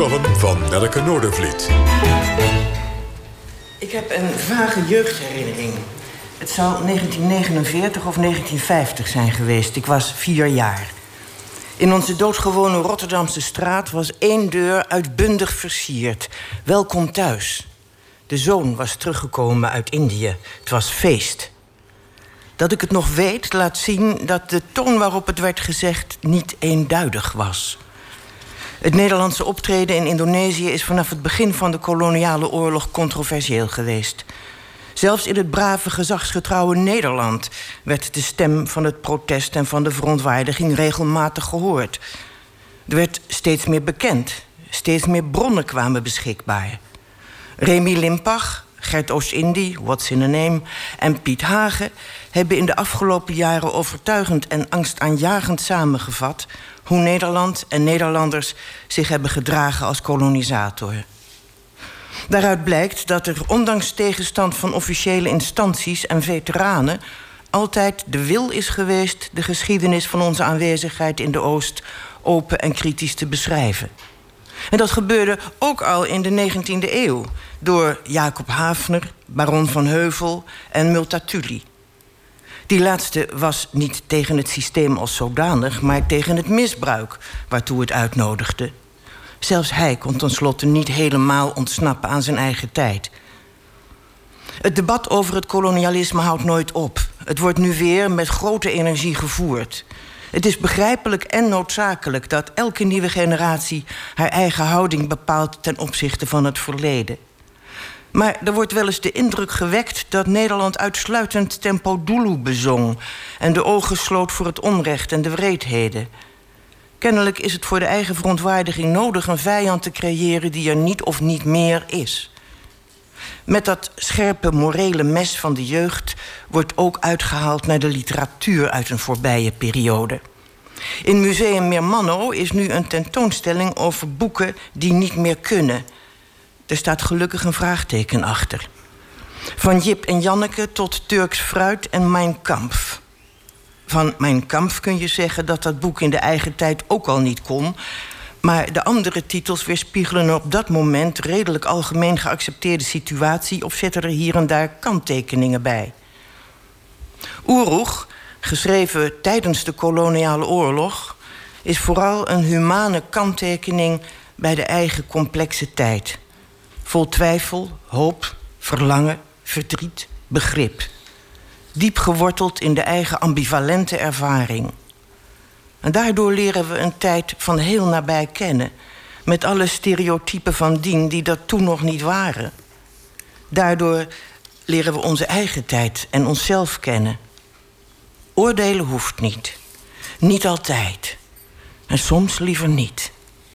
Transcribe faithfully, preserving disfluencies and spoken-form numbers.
column van Nelleke Noordervliet. Ik heb een vage jeugdherinnering. Het zou negentien negenenveertig of negentien vijftig zijn geweest. Ik was vier jaar. In onze doodgewone Rotterdamse straat was één deur uitbundig versierd. Welkom thuis. De zoon was teruggekomen uit Indië. Het was feest. Dat ik het nog weet, laat zien dat de toon waarop het werd gezegd niet eenduidig was. Het Nederlandse optreden in Indonesië is vanaf het begin van de koloniale oorlog controversieel geweest. Zelfs in het brave, gezagsgetrouwe Nederland werd de stem van het protest en van de verontwaardiging regelmatig gehoord. Er werd steeds meer bekend, steeds meer bronnen kwamen beschikbaar. Remy Limpach, Gert Oost-Indie, What's in a Name, en Piet Hagen hebben in de afgelopen jaren overtuigend en angstaanjagend samengevat hoe Nederland en Nederlanders zich hebben gedragen als kolonisator. Daaruit blijkt dat er ondanks tegenstand van officiële instanties en veteranen altijd de wil is geweest de geschiedenis van onze aanwezigheid in de Oost open en kritisch te beschrijven. En dat gebeurde ook al in de negentiende eeuw door Jacob Haafner, baron van Heuvel en Multatuli. Die laatste was niet tegen het systeem als zodanig, maar tegen het misbruik waartoe het uitnodigde. Zelfs hij kon tenslotte niet helemaal ontsnappen aan zijn eigen tijd. Het debat over het kolonialisme houdt nooit op. Het wordt nu weer met grote energie gevoerd. Het is begrijpelijk en noodzakelijk dat elke nieuwe generatie haar eigen houding bepaalt ten opzichte van het verleden. Maar er wordt wel eens de indruk gewekt dat Nederland uitsluitend Tempo Dulu bezong en de ogen sloot voor het onrecht en de wreedheden. Kennelijk is het voor de eigen verontwaardiging nodig een vijand te creëren die er niet of niet meer is. Met dat scherpe morele mes van de jeugd wordt ook uitgehaald naar de literatuur uit een voorbije periode. In Museum Meermanno is nu een tentoonstelling over boeken die niet meer kunnen. Er staat gelukkig een vraagteken achter. Van Jip en Janneke tot Turks fruit en Mein Kampf. Van Mein Kampf kun je zeggen dat dat boek in de eigen tijd ook al niet kon, maar de andere titels weerspiegelen een op dat moment redelijk algemeen geaccepteerde situatie of zetten er hier en daar kanttekeningen bij. Oeroeg, geschreven tijdens de koloniale oorlog, is vooral een humane kanttekening bij de eigen complexe tijd. Vol twijfel, hoop, verlangen, verdriet, begrip. Diep geworteld in de eigen ambivalente ervaring. En daardoor leren we een tijd van heel nabij kennen, met alle stereotypen van dien die dat toen nog niet waren. Daardoor leren we onze eigen tijd en onszelf kennen. Oordelen hoeft niet. Niet altijd. En soms liever niet.